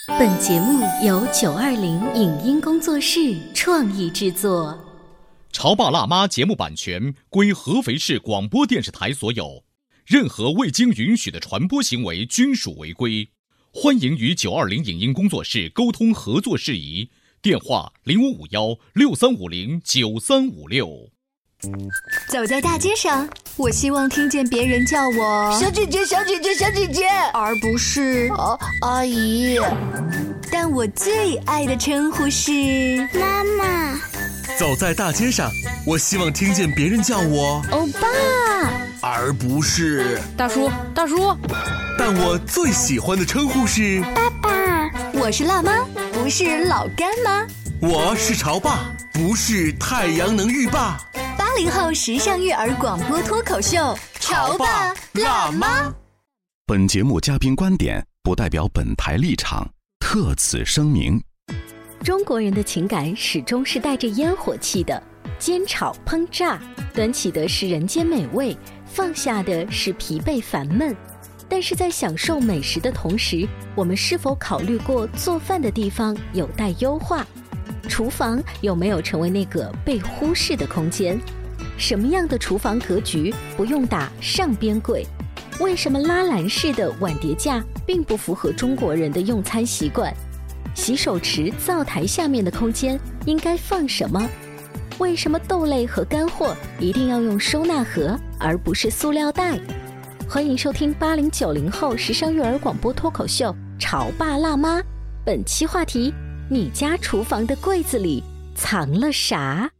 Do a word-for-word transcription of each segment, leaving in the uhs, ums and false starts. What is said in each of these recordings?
本节目由九二零影音工作室创意制作。 潮爸辣妈节目版权归合肥市广播电视台所有，任何未经允许的传播行为均属违规。欢迎与九二零影音工作室沟通合作事宜，电话零五五幺六三五零九三五六。 走在大街上，我希望听见别人叫我小姐姐小姐姐小姐姐， 而不是哦阿姨。 但我最爱的称呼是妈妈。 走在大街上，我希望听见别人叫我欧巴， 而不是大叔大叔。 但我最喜欢的称呼是爸爸。 我是辣妈，不是老干妈。 我是潮爸，不是太阳能浴霸。 八零后时尚育儿广播脱口秀，潮爸辣妈。 本节目嘉宾观点不代表本台立场，特此声明。 中国人的情感始终是带着烟火气的，煎炒烹炸，端起的是人间美味，放下的是疲惫烦闷。但是在享受美食的同时，我们是否考虑过做饭的地方有待优化？厨房有没有成为那个被忽视的空间？什么样的厨房格局不用打上边柜？为什么拉篮式的碗碟架并不符合中国人的用餐习惯？洗手池灶台下面的空间应该放什么？为什么豆类和干货一定要用收纳盒而不是塑料袋？欢迎收听八零九零后时尚育儿广播脱口秀《潮爸辣妈》，本期话题：你家厨房的柜子里藏了啥？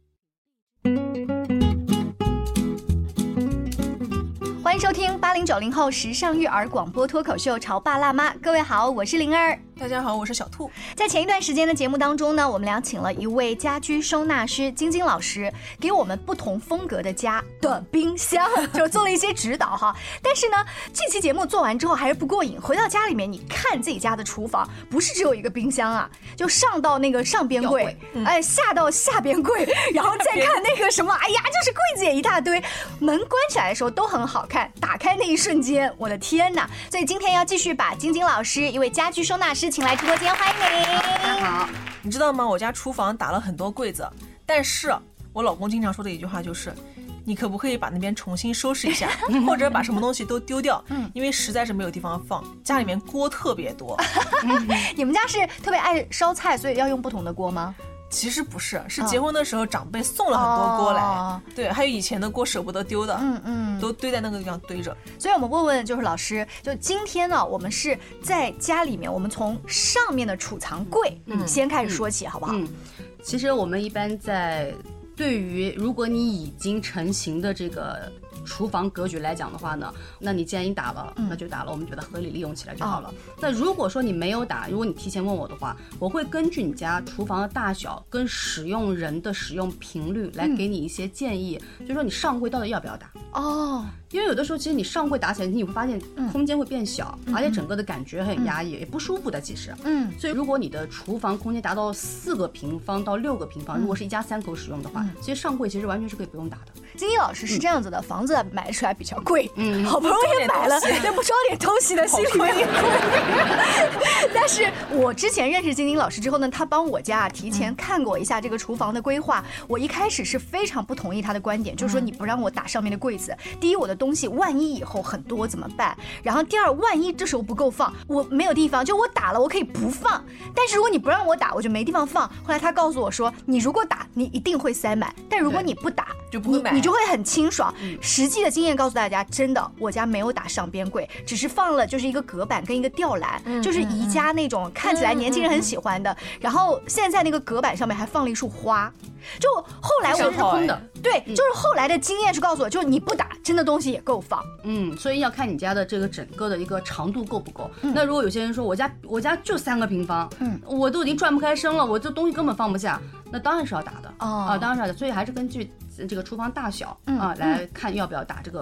欢迎收听八零九零后时尚育儿广播脱口秀《潮爸辣妈》，各位好，我是灵儿。 大家好，我是小兔。 在前一段时间的节目当中呢，我们俩请了一位家居收纳师晶晶老师，给我们不同风格的家的冰箱就做了一些指导哈。但是呢，这期节目做完之后还是不过瘾，回到家里面，你看自己家的厨房，不是只有一个冰箱啊，就上到那个上边柜，嗯、哎，下到下边柜，然后再看那个什么，哎呀，就是柜子也一大堆，门关起来的时候都很好看，打开那一瞬间，我的天哪！所以今天要继续把晶晶老师，一位家居收纳师，请来直播间，欢迎你。 大家好。你知道吗？我家厨房打了很多柜子，但是我老公经常说的一句话就是，你可不可以把那边重新收拾一下，或者把什么东西都丢掉？嗯，因为实在是没有地方放，家里面锅特别多。 你们家是特别爱烧菜，所以要用不同的锅吗？ 其实不是，是结婚的时候长辈送了很多锅来，哦、对，还有以前的锅舍不得丢的，嗯嗯，都堆在那个地方堆着。 所以我们问问就是老师，就今天呢，我们是在家里面，我们从上面的储藏柜，嗯，先开始说起，好不好？ 嗯，其实我们一般在对于如果你已经成型的这个厨房格局来讲的话呢，那你既然已经打了，那就打了，我们觉得合理利用起来就好了。哦、那如果说你没有打，如果你提前问我的话，我会根据你家厨房的大小跟使用人的使用频率来给你一些建议，嗯、就是说你上柜到底要不要打哦。因为有的时候其实你上柜打起来，你会发现空间会变小，嗯、而且整个的感觉很压抑，嗯、也不舒服的其实。嗯，所以如果你的厨房空间达到四个平方到六个平方，嗯、如果是一家三口使用的话，嗯、其实上柜其实完全是可以不用打的。 晶晶老师是这样子的，嗯、房子买出来比较贵，嗯，好不容易买了，那不装点东西的心里面也贵。但是我之前认识晶晶老师之后呢，他帮我家提前看过一下这个厨房的规划，我一开始是非常不同意他的观点，就是说你不让我打上面的柜子，第一我的东西万一以后很多怎么办？然后第二，万一这时候不够放，我没有地方，就我打了我可以不放，但是如果你不让我打，我就没地方放。后来他告诉我说，你如果打，你一定会塞满，但如果你不打， 就不会买， 你你就会很清爽。嗯、实际的经验告诉大家，真的，我家没有打上边柜，只是放了就是一个隔板跟一个吊篮，嗯、就是宜家那种看起来年轻人很喜欢的。嗯、然后现在那个隔板上面还放了一束花。就后来我是空的， 对，嗯、就是后来的经验是告诉我，就是你不打，真的东西也够放。 嗯，所以要看你家的这个整个的一个长度够不够。嗯、那如果有些人说我家我家就三个平方，嗯，我都已经转不开身了，我这东西根本放不下，那当然是要打的。哦，啊，当然是要打，所以还是根据这个厨房大小、嗯、啊来看要不要打这个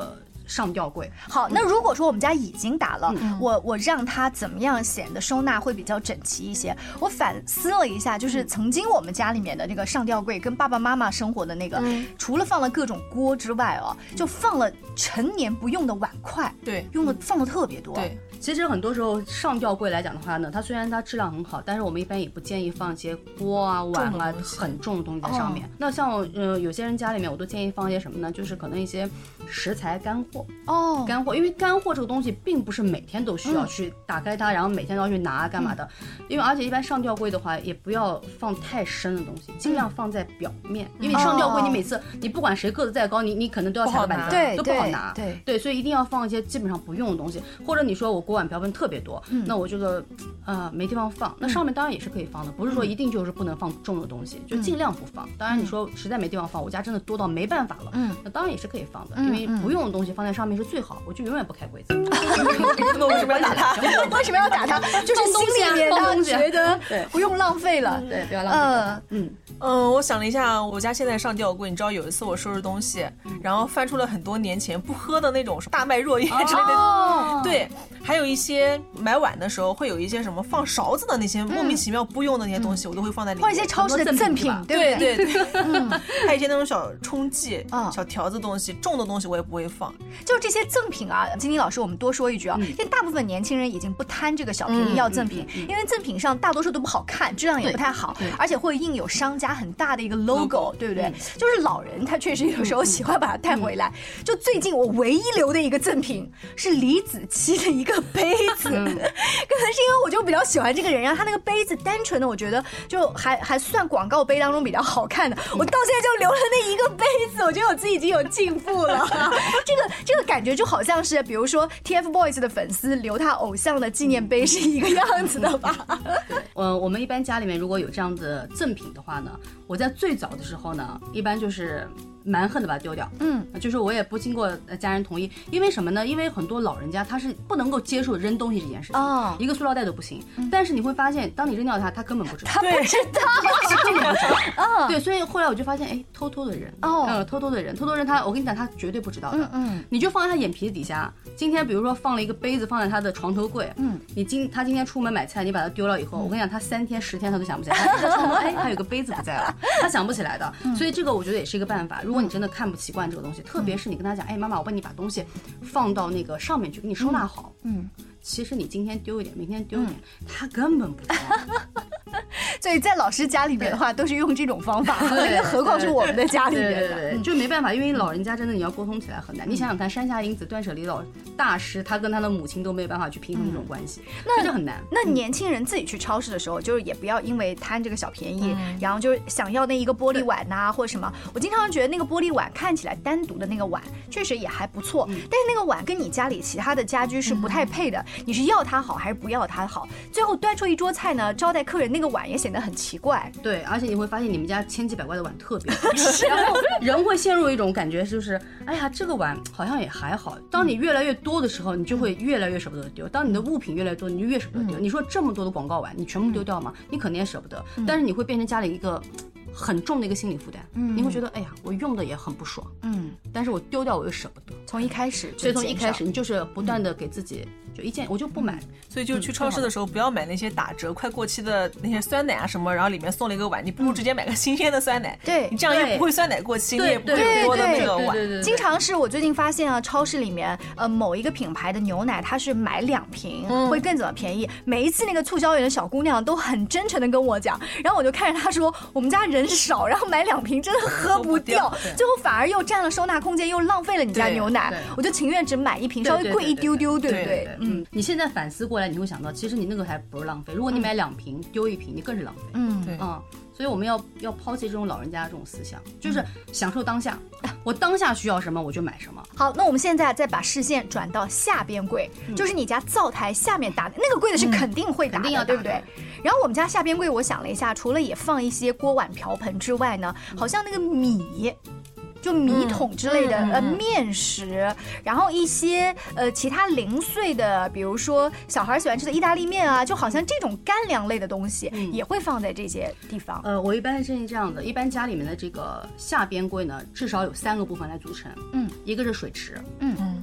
上吊柜。 好，那如果说我们家已经打了，嗯、我我让它怎么样显得收纳会比较整齐一些？我反思了一下，就是曾经我们家里面的这个上吊柜跟爸爸妈妈生活的那个，嗯、除了放了各种锅之外哦，就放了陈年不用的碗筷， 对， 用的放的特别多。 对。 其实很多时候上吊柜来讲的话呢，它虽然它质量很好，但是我们一般也不建议放一些锅啊、碗啊很重的东西在上面。哦、那像呃有些人家里面，我都建议放一些什么呢？就是可能一些食材干货哦，干货，因为干货这个东西并不是每天都需要去打开它，嗯、然后每天都要去拿干嘛的。嗯、因为而且一般上吊柜的话，也不要放太深的东西，尽量放在表面。嗯、因为上吊柜你每次、哦、你不管谁个子再高，你你可能都要踩个板凳，都不好拿。 对 对, 对，所以一定要放一些基本上不用的东西，或者你说我锅碗瓢盆特别多，嗯、那我这个呃没地方放，那上面当然也是可以放的，不是说一定就是不能放重的东西，就尽量不放。当然你说实在没地方放，我家真的多到没办法了，嗯，那当然也是可以放的，因为不用的东西放在上面是最好，我就永远不开柜子。 那为什么要打它？ 为什么要打它？就是心里面他觉得不用浪费了， 对，不要浪费。 嗯嗯，我想了一下，我家现在上吊柜，你知道有一次我收拾东西，然后翻出了很多年前不喝的那种大麦若叶之类的，哦、对，还有一些买碗的时候会有一些什么放勺子的那些莫名其妙不用的那些东西，我都会放在里面， 或者一些超市的赠品， 对对对，嗯，还有一些那种小冲剂、小条子东西，重的东西我也不会放。 就这些赠品啊，金妮老师，我们多说一句啊，因为大部分年轻人已经不贪这个小便宜要赠品，因为赠品上大多数都不好看，质量也不太好，而且会印有商家很大的一个 logo， 对不对？就是老人他确实有时候喜欢把它带回来。就最近我唯一留的一个赠品是李子柒的一个杯子，可能是因为我就比较喜欢这个人，然后他那个杯子单纯的我觉得就还还算广告杯当中比较好看的，我到现在就留了那一个杯子，我觉得我自己已经有进步了。这个这个感觉就好像是比如说 T F Boys 的粉丝留他偶像的纪念碑是一个样子的吧。 呃，我们一般家里面如果有这样的赠品的话呢，我在最早的时候呢，一般就是蛮横的把它丢掉，嗯，就是我也不经过家人同意，因为什么呢？因为很多老人家他是不能够接受扔东西这件事情，哦，一个塑料袋都不行。嗯、但是你会发现，当你扔掉它，他根本不知道， 他不知道， 根本不知道。哦，对，所以后来我就发现，哎，偷偷的扔，哦，呃，偷偷的扔，偷偷扔他，我跟你讲，他绝对不知道的，嗯嗯，你就放在他眼皮底下。今天比如说放了一个杯子放在他的床头柜，嗯，你今他今天出门买菜，你把它丢了以后，嗯、我跟你讲，他三天十天他都想不起来，他哎，还有个杯子不在了，他想不起来的。嗯、所以这个我觉得也是一个办法。如果你真的看不习惯这个东西，特别是你跟他讲，哎，妈妈，我帮你把东西放到那个上面去，给你收纳好，嗯。嗯，其实你今天丢一点，明天丢一点，嗯、他根本不知道。 所以在老师家里面的话，都是用这种方法，何况是我们的家里面的， 对对对，就没办法，因为老人家真的你要沟通起来很难。嗯、你想想看，山下英子、断舍离老大师，他跟他的母亲都没有办法去平衡这种关系，嗯、那就很难。 那年轻人自己去超市的时候，就是也不要因为贪这个小便宜，嗯、然后就是想要那一个玻璃碗呐、啊，或者什么。我经常觉得那个玻璃碗看起来单独的那个碗确实也还不错，嗯、但是那个碗跟你家里其他的家居是不太配的，嗯、你是要它好还是不要它好？最后端出一桌菜呢，招待客人那个碗也显得很奇怪。 对，而且你会发现你们家千奇百怪的碗特别多，然后人会陷入一种感觉，就是哎呀，这个碗好像也还好。当你越来越多的时候，你就会越来越舍不得丢。当你的物品越来越多，你就越舍不得丢。嗯、你说这么多的广告碗，你全部丢掉吗？你肯定也舍不得。嗯、但是你会变成家里一个很重的一个心理负担。嗯，你会觉得哎呀，我用的也很不爽。嗯，但是我丢掉我又舍不得。 从一开始， 所以从一开始你就是不断的给自己。就一件我就不买， 所以就去超市的时候不要买那些打折快过期的那些酸奶啊什么，然后里面送了一个碗，你不如直接买个新鲜的酸奶， 对， 你这样又不会酸奶过期，你也不会有多的那个碗。 经常是我最近发现啊，超市里面呃某一个品牌的牛奶，它是买两瓶、嗯、会更怎么便宜。每一次那个促销员的小姑娘都很真诚的跟我讲，然后我就看着她说，我们家人少，然后买两瓶真的喝不掉，最后反而又占了收纳空间，又浪费了你家牛奶，我就情愿只买一瓶稍微贵一丢丢，对不对？ 嗯，你现在反思过来，你会想到，其实你那个还不是浪费。如果你买两瓶丢一瓶，你更是浪费。 嗯，对， 嗯，所以我们要要抛弃这种老人家这种思想，就是享受当下。我当下需要什么我就买什么。 好，那我们现在再把视线转到下边柜，嗯、就是你家灶台下面打的那个柜子是肯定会打的，嗯、肯定要打对不对？然后我们家下边柜，我想了一下，除了也放一些锅碗瓢盆之外呢，好像那个米。就米桶之类的、嗯、呃面食，然后一些呃其他零碎的，比如说小孩喜欢吃的意大利面啊，就好像这种干粮类的东西、嗯、也会放在这些地方。 呃，我一般是建议这样的，一般家里面的这个下边柜呢，至少有三个部分来组成。嗯，一个是水池，嗯嗯，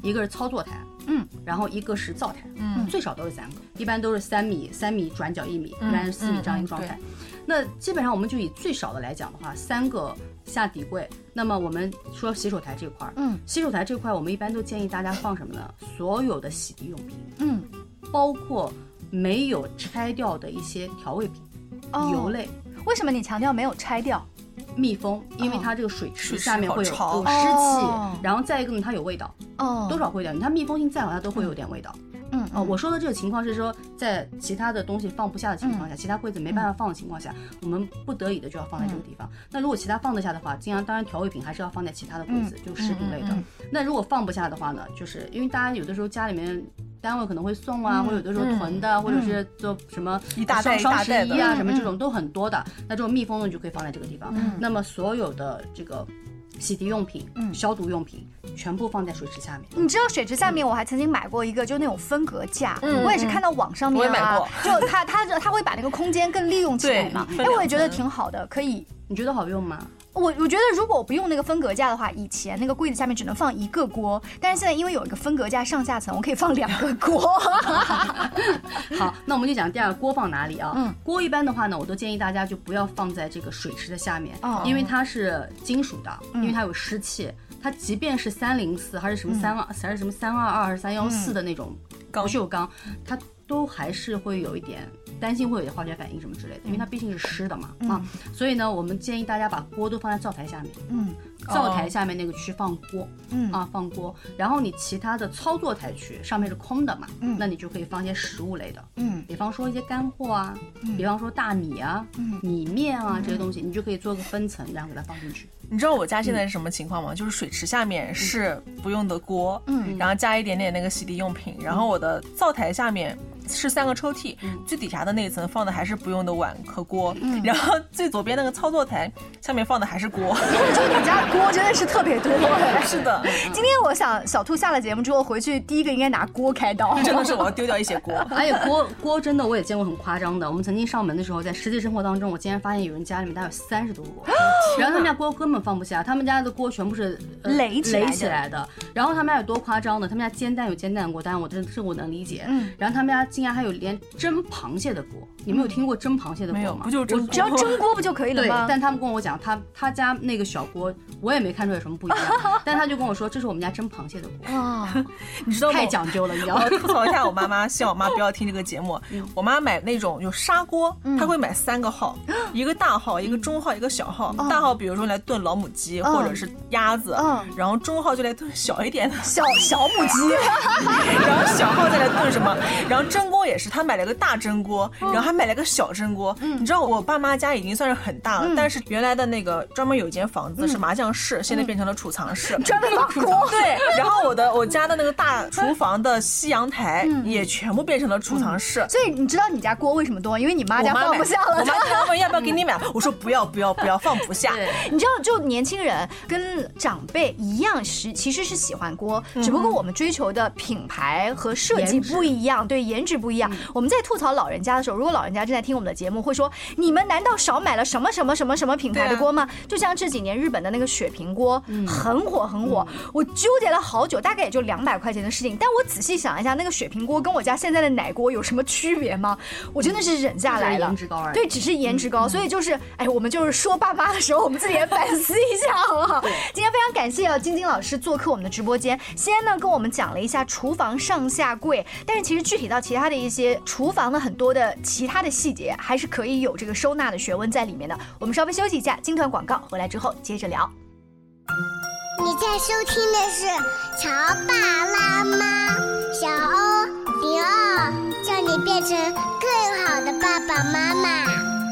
一个是操作台， 嗯， 然后一个是灶台， 嗯， 最少都是三个，一般都是三米，三米转角一米，一般是四米这样一个状态。 嗯嗯、 那基本上我们就以最少的来讲的话，三个下底柜。那么我们说洗手台这块，嗯，洗手台这块我们一般都建议大家放什么呢？所有的洗涤用品， 嗯， 包括没有拆掉的一些调味品、哦、油类。 为什么你强调没有拆掉？ 密封，因为它这个水池下面会有有湿气，哦、然后再一个呢，它有味道， 哦， 多少会有点，它密封性再好，它都会有点味道。 嗯， 哦、呃，我说的这个情况是说，在其他的东西放不下的情况下，嗯、其他柜子没办法放的情况下，嗯、我们不得已的就要放在这个地方。嗯、那如果其他放得下的话，尽量当然调味品还是要放在其他的柜子，嗯、就是食品类的。嗯嗯嗯、那如果放不下的话呢，就是因为大家有的时候家里面。单位可能会送啊，嗯、或者有的时候囤的，嗯、或者是做什么一大袋双十一啊， 嗯、 什么这种都很多的。那这种密封的就可以放在这个地方。 嗯、 那么所有的这个洗涤用品、嗯、消毒用品，全部放在水池下面。 你知道水池下面，我还曾经买过一个，就那种分隔架，嗯、我也是看到网上面、啊， 我也买过。 就它它它会把那个空间更利用起来嘛。哎，我也觉得挺好的，可以。 你觉得好用吗？ 我我觉得如果我不用那个分隔架的话，以前那个柜子下面只能放一个锅，但是现在因为有一个分隔架上下层，我可以放两个锅。 好，那我们就讲第二个锅放哪里啊？ 嗯， 锅一般的话呢，我都建议大家就不要放在这个水池的下面， 哦、 因为它是金属的， 嗯、 因为它有湿气，它即便是三零四还是什么三二还是什么三二二还是三幺四的那种不锈钢，它都还是会有一点。担心会有化学反应什么之类的，因为它毕竟是湿的嘛， 嗯、 啊，所以呢，我们建议大家把锅都放在灶台下面， 嗯， 灶台下面那个区放锅， 嗯啊放锅，然后你其他的操作台区上面是空的嘛， 嗯， 那你就可以放一些食物类的， 嗯， 比方说一些干货啊， 嗯、 比方说大米啊， 嗯、 米面啊这些东西，你就可以做个分层，然后给它放进去。 你知道我家现在是什么情况吗？嗯、就是水池下面是不用的锅， 嗯， 然后加一点点那个洗涤用品，然后我的灶台下面是三个抽屉，嗯、最底下的那一层放的还是不用的碗和锅， 嗯、 然后最左边那个操作台下面放的还是锅。 我觉得你家锅真的是特别多。 是的， 今天我想小兔下了节目之后回去第一个应该拿锅开刀， 真的是我要丢掉一些锅。 而且锅锅真的我也见过很夸张的，我们曾经上门的时候，在实际生活当中，我竟然发现有人家里面大概有三十多个锅，然后他们家锅根本放不下，他们家的锅全部是、呃、 垒起来的垒起来的。然后他们家有多夸张的，他们家煎蛋有煎蛋锅，当然我这这我能理解。 嗯， 然后他们家竟然还有连蒸螃蟹的锅，你们有听过蒸螃蟹的锅吗？ 没有，不就蒸锅？ 只要蒸锅不就可以了吗？ 对，但他们跟我讲，他他家那个小锅，我也没看出来有什么不一样，但他就跟我说，这是我们家蒸螃蟹的锅。 哇， 你知道吗？ 太讲究了，你知道吗？ 我吐槽一下我妈妈，希望我妈不要听这个节目。嗯、我妈买那种有砂锅，嗯、她会买三个号，一个大号，一个中号，一个小号。嗯、大号比如说来炖老母鸡、嗯、或者是鸭子， 嗯、 然后中号就来炖小一点的小小母鸡， 然后小号再来炖什么？然后蒸锅也是，她买了个大蒸锅，嗯、然后还买了个小蒸锅。嗯、你知道我爸妈家已经算是很大了，嗯、但是原来的那个专门有一间房子是麻将室，嗯、现在变成了储藏室， 专门放锅。 对，然后我的我家的那个大厨房的西阳台也全部变成了储藏室。 嗯、所以你知道你家锅为什么多？因为你妈家放不下了。 我妈他问要不要给你买，我说不要不要不要，放不下。 你知道，就年轻人跟长辈一样，是其实是喜欢锅，嗯、只不过我们追求的品牌和设计不一样，对颜值不一样。嗯、我们在吐槽老人家的时候，如果老人家正在听我们的节目，会说你们难道少买了什么什么什么什么品牌的锅吗？啊、就像这几年日本的那个雪平锅，嗯、很火很火，嗯、我纠结了好久，大概也就两百块钱的事情。但我仔细想一下，那个雪平锅跟我家现在的奶锅有什么区别吗？我真的是忍下来了。 颜值高而已。 对，只是颜值高，嗯、所以就是哎，我们就是说爸妈的时候，我们自己也反思一下，好不好？今天非常感谢晶晶老师做客我们的直播间，先呢跟我们讲了一下厨房上下柜，但是其实具体到其他的一些厨房的很多的其他的细节，还是可以有这个收纳的学问在里面的。我们稍微休息一下，金团广告回来之后接着聊。 你在收听的是潮爸辣妈，小欧零二，叫你变成更好的爸爸妈妈。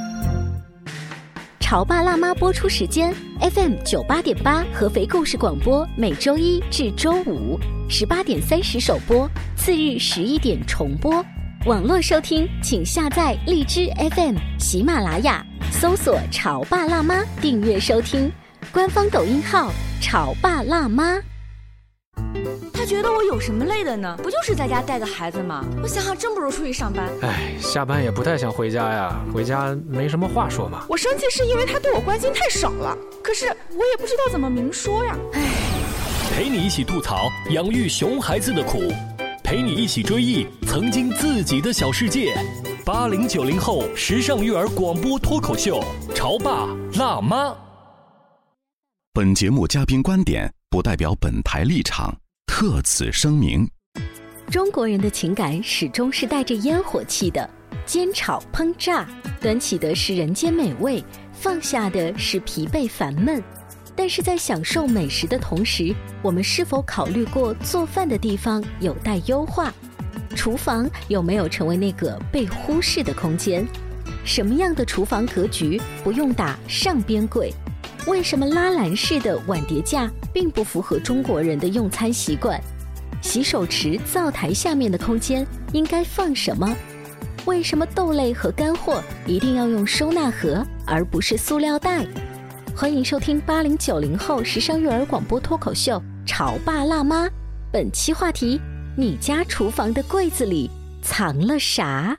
潮爸辣妈播出时间 F M 九八点八合肥故事广播，每周一至周五十八点三十首播，次日十一点重播。网络收听请下载荔枝 F M、喜马拉雅，搜索潮爸辣妈订阅收听。官方抖音号潮爸辣妈。 他觉得我有什么累的呢？不就是在家带个孩子吗？我想想，真不如出去上班。 哎，下班也不太想回家呀，回家没什么话说嘛。 我生气是因为他对我关心太少了，可是我也不知道怎么明说呀。哎。 陪你一起吐槽养育熊孩子的苦，陪你一起追忆曾经自己的小世界。八零九零后时尚育儿广播脱口秀，潮爸辣妈。 本节目嘉宾观点不代表本台立场，特此声明。 中国人的情感始终是带着烟火气的，煎炒烹炸，端起的是人间美味，放下的是疲惫烦闷。但是在享受美食的同时，我们是否考虑过做饭的地方有待优化？厨房有没有成为那个被忽视的空间？什么样的厨房格局不用打上边柜？为什么拉篮式的碗碟架并不符合中国人的用餐习惯？洗手池灶台下面的空间应该放什么？为什么豆类和干货一定要用收纳盒而不是塑料袋？欢迎收听八零九零后时尚育儿广播脱口秀《潮爸辣妈》，本期话题：你家厨房的柜子里藏了啥？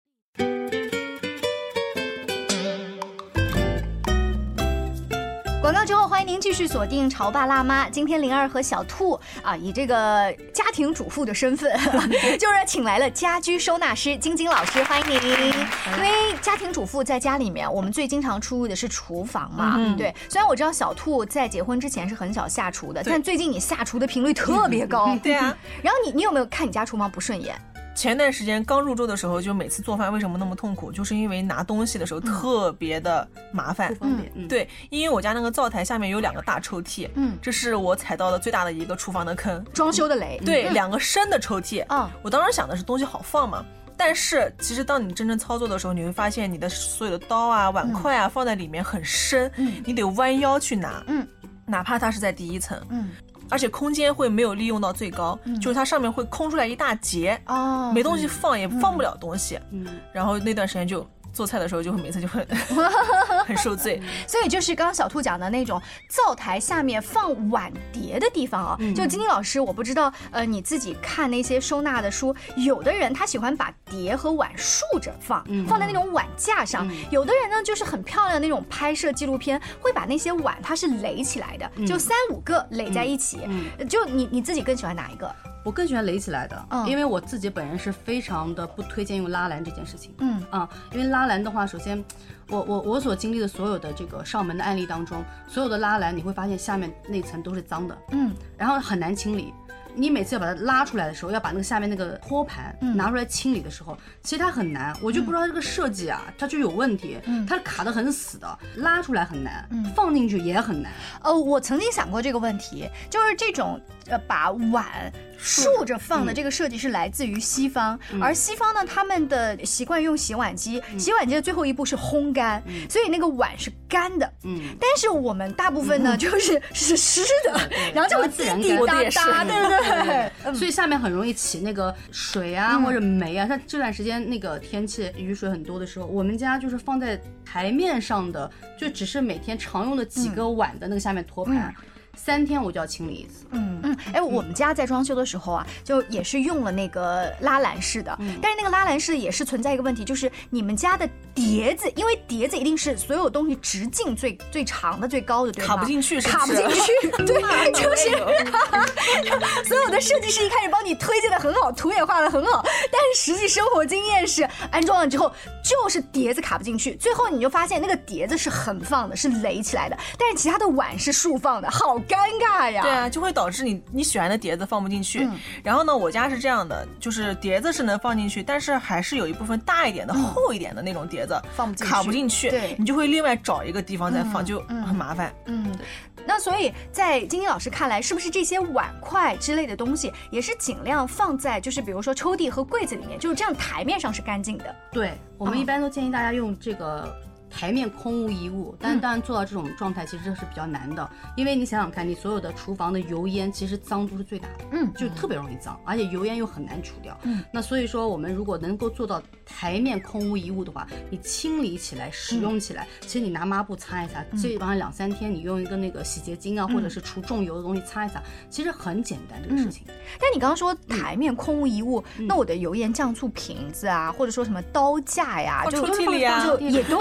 广告之后，欢迎您继续锁定潮爸辣妈。今天灵儿和小兔啊，以这个家庭主妇的身份，就是请来了家居收纳师晶晶老师，欢迎您。因为家庭主妇在家里面，我们最经常出入的是厨房嘛，嗯、对。虽然我知道小兔在结婚之前是很少下厨的，但最近你下厨的频率特别高。 对啊。 然后你你有没有看你家厨房不顺眼？ 前段时间刚入住的时候，就每次做饭为什么那么痛苦，就是因为拿东西的时候特别的麻烦， 不方便。嗯、 对，因为我家那个灶台下面有两个大抽屉，嗯，这是我踩到的最大的一个厨房的坑， 装修的雷。 对， 嗯、 两个深的抽屉，嗯，我当时想的是东西好放嘛。但是其实当你真正操作的时候，你会发现你的所有的刀啊、碗筷啊、嗯、放在里面很深，嗯，你得弯腰去拿，嗯，哪怕它是在第一层，嗯。而且空间会没有利用到最高，嗯、就是它上面会空出来一大截，哦，没东西放，也放不了东西，嗯，然后那段时间就做菜的时候就会每次就会很受罪。 所以就是刚刚小兔讲的那种灶台下面放碗碟的地方啊，嗯、就晶晶老师，我不知道呃你自己看那些收纳的书，有的人他喜欢把碟和碗竖着放，嗯、放在那种碗架上，嗯、有的人呢就是很漂亮的那种拍摄纪录片，会把那些碗它是垒起来的，嗯、就三五个垒在一起，嗯嗯、就你你自己更喜欢哪一个？ 我更喜欢垒起来的，嗯，因为我自己本人是非常的不推荐用拉篮这件事情，嗯啊，因为拉篮的话，首先，我我我所经历的所有的这个上门的案例当中，所有的拉篮你会发现下面那层都是脏的，嗯，然后很难清理。你每次要把它拉出来的时候，要把那个下面那个托盘拿出来清理的时候，嗯、其实它很难，我就不知道这个设计啊，它就有问题，嗯、它卡得很死的，拉出来很难，嗯、放进去也很难。 哦，我曾经想过这个问题，就是这种呃把碗竖着放的这个设计是来自于西方，嗯、而西方呢，他们的习惯用洗碗机，嗯、洗碗机的最后一步是烘干，嗯、所以那个碗是干的，嗯，但是我们大部分呢，嗯、就是是湿的，然后就会滴滴答答，对不对？ 对，嗯、所以下面很容易起那个水啊、嗯、或者霉啊。像这段时间那个天气雨水很多的时候，我们家就是放在台面上的，就只是每天常用的几个碗的那个下面托盘。嗯嗯三天我就要清理一次。 嗯嗯，哎，我们家在装修的时候啊，就也是用了那个拉篮式的，嗯、但是那个拉篮式也是存在一个问题，就是你们家的碟子，因为碟子一定是所有东西直径最最长的、最高的，对吗？ 卡不进去是不是？ 卡不进去，对，就是所有的设计师一开始帮你推荐的很好，图也画的很好，但是实际生活经验是安装了之后，就是碟子卡不进去，最后你就发现那个碟子是横放的，是垒起来的，但是其他的碗是竖放的，好尴尬呀。 对啊，就会导致你你喜欢的碟子放不进去。嗯、然后呢，我家是这样的，就是碟子是能放进去，但是还是有一部分大一点的、嗯、厚一点的那种碟子放不进去， 卡不进去。 对， 你就会另外找一个地方再放，嗯、就很麻烦。 嗯，嗯那所以在晶晶老师看来，是不是这些碗筷之类的东西也是尽量放在就是比如说抽屉和柜子里面，就是这样台面上是干净的？ 对，我们一般都建议大家用这个。台面空无一物，但是当然做到这种状态其实这是比较难的，因为你想想看，你所有的厨房的油烟其实脏度是最大的，嗯，就特别容易脏，而且油烟又很难除掉，嗯，那所以说我们如果能够做到台面空无一物的话，你清理起来、使用起来，嗯、其实你拿抹布擦一擦，基本上两三天，你用一个那个洗洁精啊，嗯、或者是除重油的东西擦一擦，其实很简单这个事情。嗯、 但你刚刚说台面空无一物，嗯、那我的油盐酱醋瓶子啊，或者说什么刀架呀，就抽屉里啊， 就也都是放抽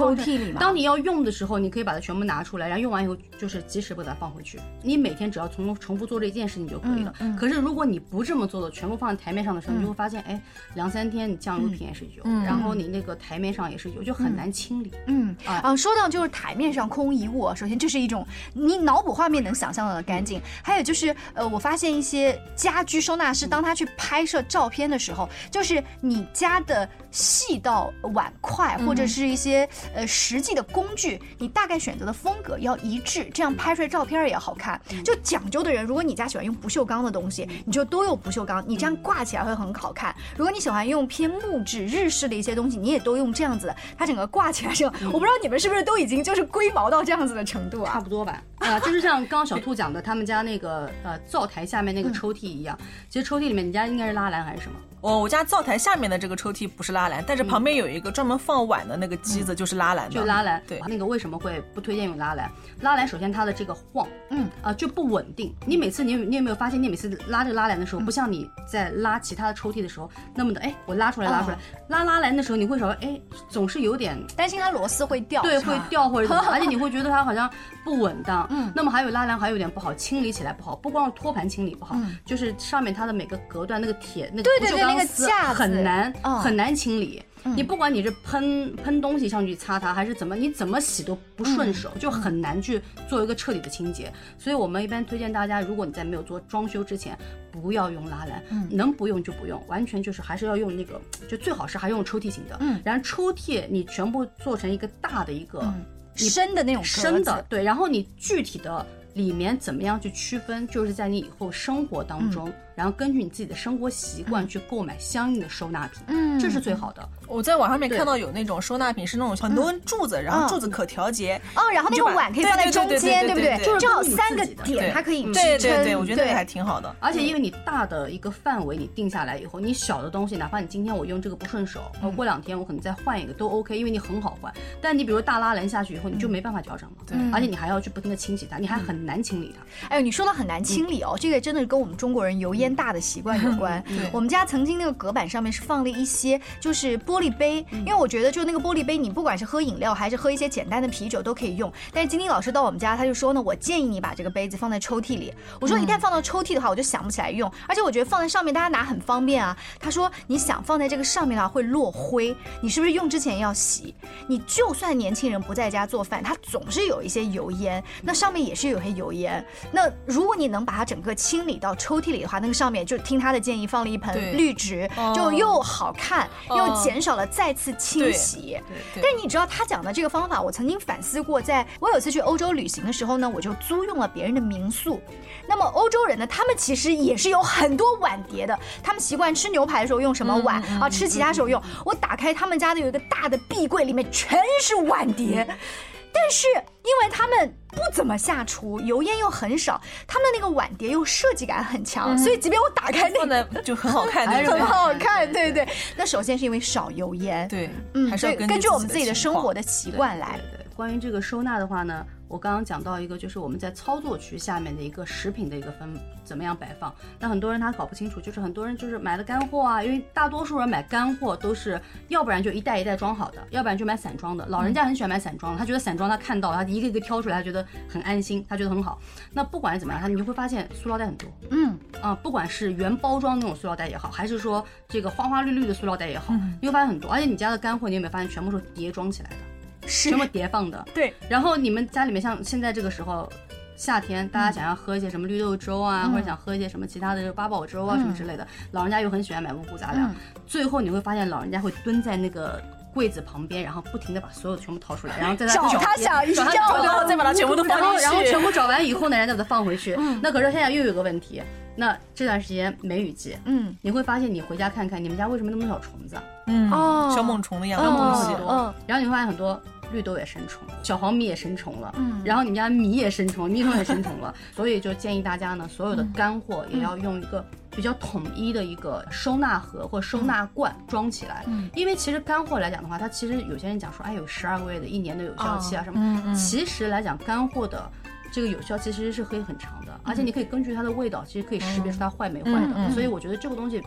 抽屉里嘛。 当你要用的时候，你可以把它全部拿出来，然后用完以后就是及时把它放回去。你每天只要重重复做这一件事情就可以了。嗯嗯、可是如果你不这么做的，全部放在台面上的时候，嗯、你就会发现，哎，两三天你酱油品也是油，嗯、然后你那个台面上也是油，就很难清理。 嗯啊、呃，说到就是台面上空遗物，首先这是一种你脑补画面能想象到的干净，还有就是呃，我发现一些家居收纳师，当他去拍摄照片的时候，就是你家的细到碗筷或者是一些呃实际的工具，你大概选择的风格要一致，这样拍出来照片也好看。就讲究的人，如果你家喜欢用不锈钢的东西，你就都用不锈钢，你这样挂起来会很好看。如果你喜欢用偏木质日式的一些东西，你也都用这样子的，它整个挂起来是，我不知道你们是不是都已经就是龟毛到这样子的程度啊？ 差不多吧。啊、呃，就是像刚刚小兔讲的，他们家那个呃灶台下面那个抽屉一样，嗯、其实抽屉里面你家应该是拉篮还是什么？ 我我家灶台下面的这个抽屉不是拉篮，但是旁边有一个专门放碗的那个机子，就是拉篮的。 就拉篮， 对。 那个为什么会不推荐用拉篮？拉篮首先它的这个晃，嗯啊、呃、就不稳定。你每次你有你有没有发现，你每次拉这个拉篮的时候，不像你在拉其他的抽屉的时候那么的，哎，我拉出来拉出来。嗯、拉拉篮的时候，你会稍微哎，总是有点担心它螺丝会掉， 对，会掉或者怎么，而且你会觉得它好像不稳当。嗯。那么还有拉篮还有点不好，清理起来不好，不光是托盘清理不好，嗯、就是上面它的每个隔断那个铁那个不锈钢丝很难、哦、很难清理。嗯、你不管你是喷喷东西上去擦它，还是怎么，你怎么洗都不顺手，嗯、就很难去做一个彻底的清洁。所以我们一般推荐大家，如果你在没有做装修之前，不要用拉篮，嗯、能不用就不用，完全就是还是要用那个，就最好是还用抽屉型的。嗯，然后抽屉你全部做成一个大的一个、嗯、 深的那种深的，对，然后你具体的里面怎么样去区分，就是在你以后生活当中。嗯，然后根据你自己的生活习惯去购买相应的收纳品，嗯，这是最好的。 我在网上面看到有那种收纳品是那种很多柱子，嗯、然后柱子可调节， 哦，然后那个碗可以放在中间，对不对？正好三个点，它可以支撑。 对对对，我觉得那个还挺好的。 而且因为你大的一个范围你定下来以后，你小的东西，哪怕你今天我用这个不顺手，嗯、过两天我可能再换一个都 OK， 因为你很好换。但你比如大拉篮下去以后，你就没办法调整了，对，而且你还要去不停的清洗它，你还很难清理它。 哎呦，你说的很难清理哦，这个真的是跟我们中国人油烟大的习惯有关。我们家曾经那个隔板上面是放了一些就是玻璃杯，因为我觉得就那个玻璃杯，你不管是喝饮料还是喝一些简单的啤酒都可以用。但是金丁老师到我们家，他就说呢，我建议你把这个杯子放在抽屉里。我说一旦放到抽屉的话，我就想不起来用，而且我觉得放在上面大家拿很方便啊。他说你想放在这个上面的话会落灰，你是不是用之前要洗？你就算年轻人不在家做饭，他总是有一些油烟，那上面也是有些油烟。那如果你能把它整个清理到抽屉里的话，那个上面就听他的建议放了一盆绿植，就又好看、哦、又减少了再次清洗。但你知道他讲的这个方法，我曾经反思过，在我有次去欧洲旅行的时候呢，我就租用了别人的民宿。那么欧洲人呢，他们其实也是有很多碗碟的，他们习惯吃牛排的时候用什么碗、嗯、啊，吃其他时候用。我打开他们家的有一个大的壁柜，里面全是碗碟。但是因为他们不怎么下厨，油烟又很少，他们的那个碗碟又设计感很强，嗯、所以即便我打开那个就很好看， 很好看，对对。那首先是因为少油烟， 对， 嗯， 还是要根据我们自己的生活的习惯来。 对对对，关于这个收纳的话呢，我刚刚讲到一个，就是我们在操作区下面的一个食品的一个分怎么样摆放。那很多人他搞不清楚，就是很多人就是买了干货啊，因为大多数人买干货都是要不然就一袋一袋装好的，要不然就买散装的。老人家很喜欢买散装的，他觉得散装他看到他一个一个挑出来，他觉得很安心，他觉得很好。那不管怎么样，他你就会发现塑料袋很多，嗯啊，不管是原包装那种塑料袋也好，还是说这个花花绿绿的塑料袋也好，嗯、你会发现很多。而且你家的干货，你有没有发现全部是叠装起来的？ 是全部叠放的， 对。 然后你们家里面像现在这个时候，夏天大家想要喝一些什么绿豆粥啊，嗯、或者想喝一些什么其他的八宝粥啊、嗯、什么之类的，老人家又很喜欢买五谷杂粮、嗯。最后你会发现，老人家会蹲在那个柜子旁边，然后不停的把所有的全部掏出来，然后在他找他想要， 然后再把它全部都放进去， 然后全部找完以后呢，然后再把它放回去。嗯、那可是现在又有个问题，那这段时间梅雨季，嗯，你会发现你回家看看，你们家为什么那么少虫子啊？ 嗯，哦，小猛虫的样子， 嗯嗯，然后你会发现很多。绿豆也生虫，小黄米也生虫了，嗯，然后你们家米也生虫，米桶也生虫了，所以就建议大家呢，所有的干货也要用一个比较统一的一个收纳盒或收纳罐装起来，嗯，因为其实干货来讲的话，它其实有些人讲说，哎，有十二个月的一年的有效期啊什么，嗯嗯，其实来讲干货的这个有效期其实是可以很长的，而且你可以根据它的味道，其实可以识别出它坏没坏的，嗯嗯，所以我觉得这个东西。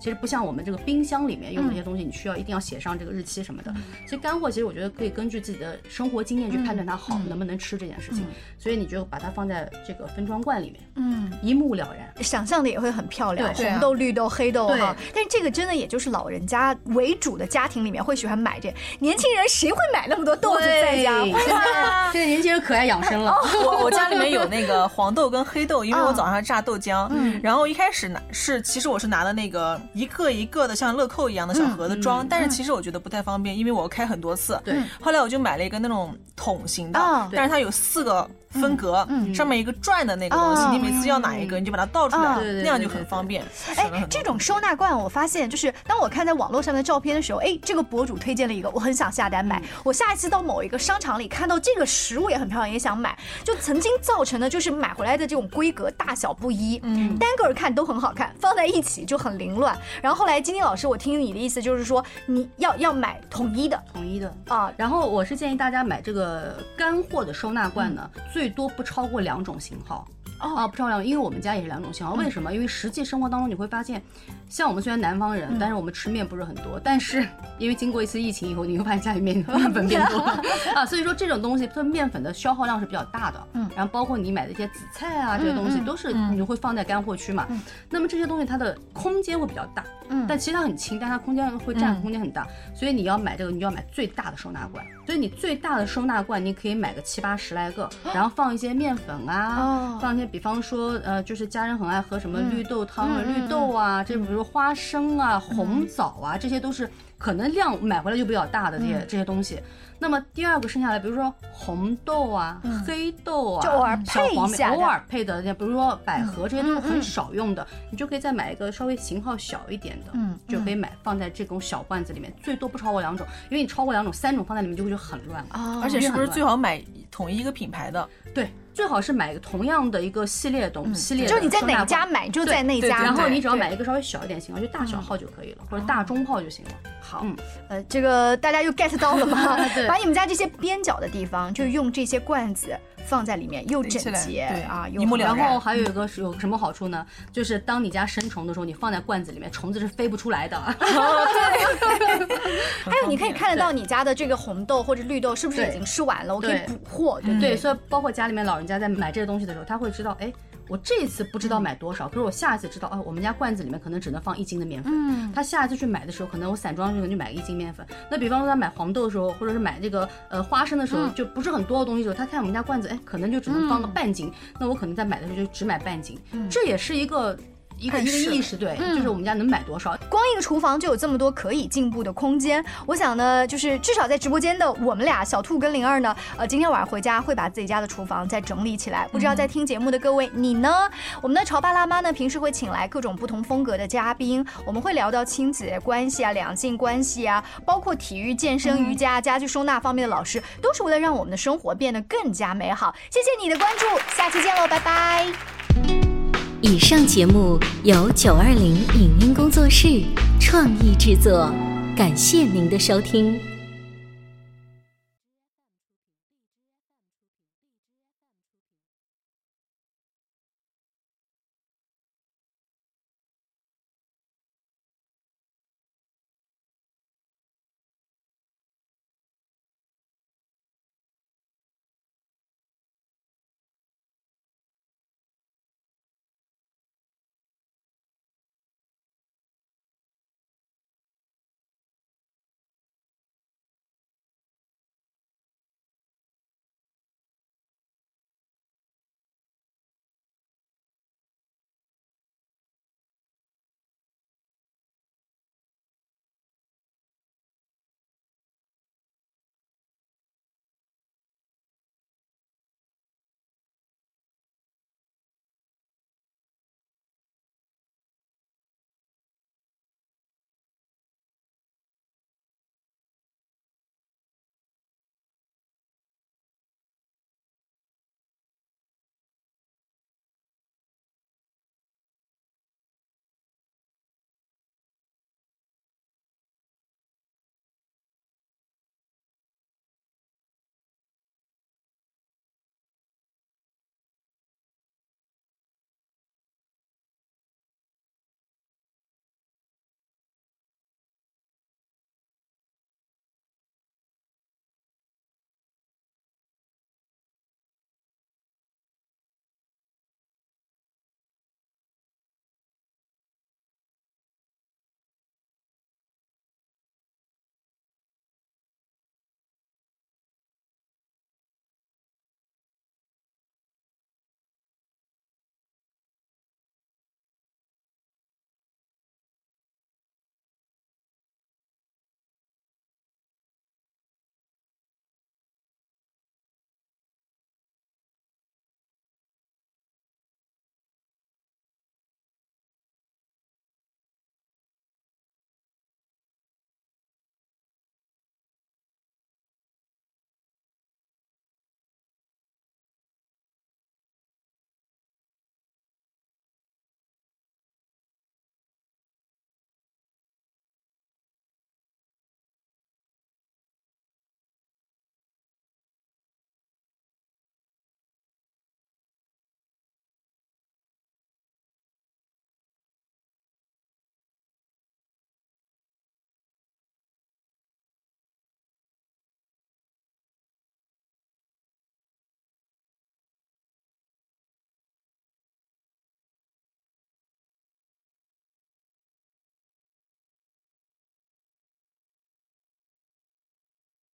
其实不像我们这个冰箱里面用的这些东西，你需要一定要写上这个日期什么的。其实干货其实我觉得可以根据自己的生活经验去判断它好、嗯、能不能吃这件事情、嗯、所以你就把它放在这个分装罐里面，嗯，一目了然， 想象的也会很漂亮，红豆、绿豆、黑豆哈。但是这个真的也就是老人家为主的家庭里面会喜欢买这，年轻人谁会买那么多豆子在家？会吗？ 现在年轻人可爱养生了。 我我家里面有那个黄豆跟黑豆，因为我早上榨豆浆，嗯，然后一开始拿是其实我是拿的那个一个一个的像乐扣一样的小盒子装、嗯嗯，但是其实我觉得不太方便，因为我开很多次。对，后来我就买了一个那种桶型的，哦、但是它有四个分隔、嗯嗯，上面一个转的那个东西、哦，你每次要哪一个，你就把它倒出来，哦、那样就很方便。 哎，这种收纳罐我发现，就是当我看在网络上的照片的时候，哎，这个博主推荐了一个，我很想下单买。嗯、我下一次到某一个商场里看到这个实物也很漂亮，也想买，就曾经造成的就是买回来的这种规格大小不一，嗯，单个看都很好看，放在一起就很凌乱。然后后来晶晶老师，我听你的意思就是说，你要要买统一的， 统一的啊。然后我是建议大家买这个干货的收纳罐呢，嗯、最多不超过两种型号。哦、啊，不超过两种，因为我们家也是两种型号。为什么？因为实际生活当中你会发现，像我们虽然南方人，嗯、但是我们吃面不是很多。但是因为经过一次疫情以后，你会发现家里面面粉变多了啊，所以说这种东西它面粉的消耗量是比较大的。嗯，然后包括你买的一些紫菜啊，这些东西都是你会放在干货区嘛。嗯，那么这些东西它的空间会比较大。嗯，但其实它很轻，但它空间会占空间很大，嗯、所以你要买这个，你就要买最大的收纳罐。所以你最大的收纳罐，你可以买个七八十来个，然后放一些面粉啊，哦、放一些，比方说，呃，就是家人很爱喝什么绿豆汤啊、嗯、绿豆啊，这比如说花生啊、红枣啊，这些都是可能量买回来就比较大的这些、嗯、这些东西。那么第二个剩下来，比如说红豆啊、嗯、黑豆啊， 就偶尔配一下， 偶尔配的，比如说百合，这些都是很少用的，嗯嗯、你就可以再买一个稍微型号小一点的，嗯，就可以买放在这种小罐子里面，最多不超过两种，因为你超过两种、三种放在里面就会就很乱啊。而且是不是最好买统一一个品牌的？ 对。最好是买一个同样的一个系列东、嗯、系列的， 就是你在哪家买就在那家， 然后你只要买一个稍微小一点型号，就大小号就可以了，或者大中号就行了。 好，嗯，呃，这个大家又 get 到了吗？把你们家这些边角的地方，就用这些罐子放在里面，又整洁啊，一目了然。然后还有一个是有什么好处呢？就是当你家生虫的时候，你放在罐子里面，虫子是飞不出来的。哦， 对。还有，你可以看得到你家的这个红豆或者绿豆是不是已经吃完了，我可以补货，对不对？ 对，所以包括家里面老人家在买这些东西的时候，他会知道，哎，我这一次不知道买多少，可是我下一次知道，哦，我们家罐子里面可能只能放一斤的面粉。嗯，他下一次去买的时候，可能我散装可能就买一斤面粉。那比方说他买黄豆的时候，或者是买这个呃花生的时候，嗯、就不是很多的东西的时候，他看我们家罐子，哎，可能就只能放个半斤，嗯、那我可能在买的时候就只买半斤。嗯，这也是一个。一个一个意识，对、嗯，就是我们家能买多少。 光一个厨房就有这么多可以进步的空间。我想呢，就是至少在直播间的我们俩，小兔跟灵儿呢，呃，今天晚上回家会把自己家的厨房再整理起来。不知道在听节目的各位，你呢？我们的潮爸辣妈呢，平时会请来各种不同风格的嘉宾，我们会聊到亲子关系啊、两性关系啊，包括体育、健身、瑜伽、家居收纳方面的老师，都是为了让我们的生活变得更加美好。谢谢你的关注，下期见喽，拜拜。 以上节目由九二零影音工作室创意制作，感谢您的收听。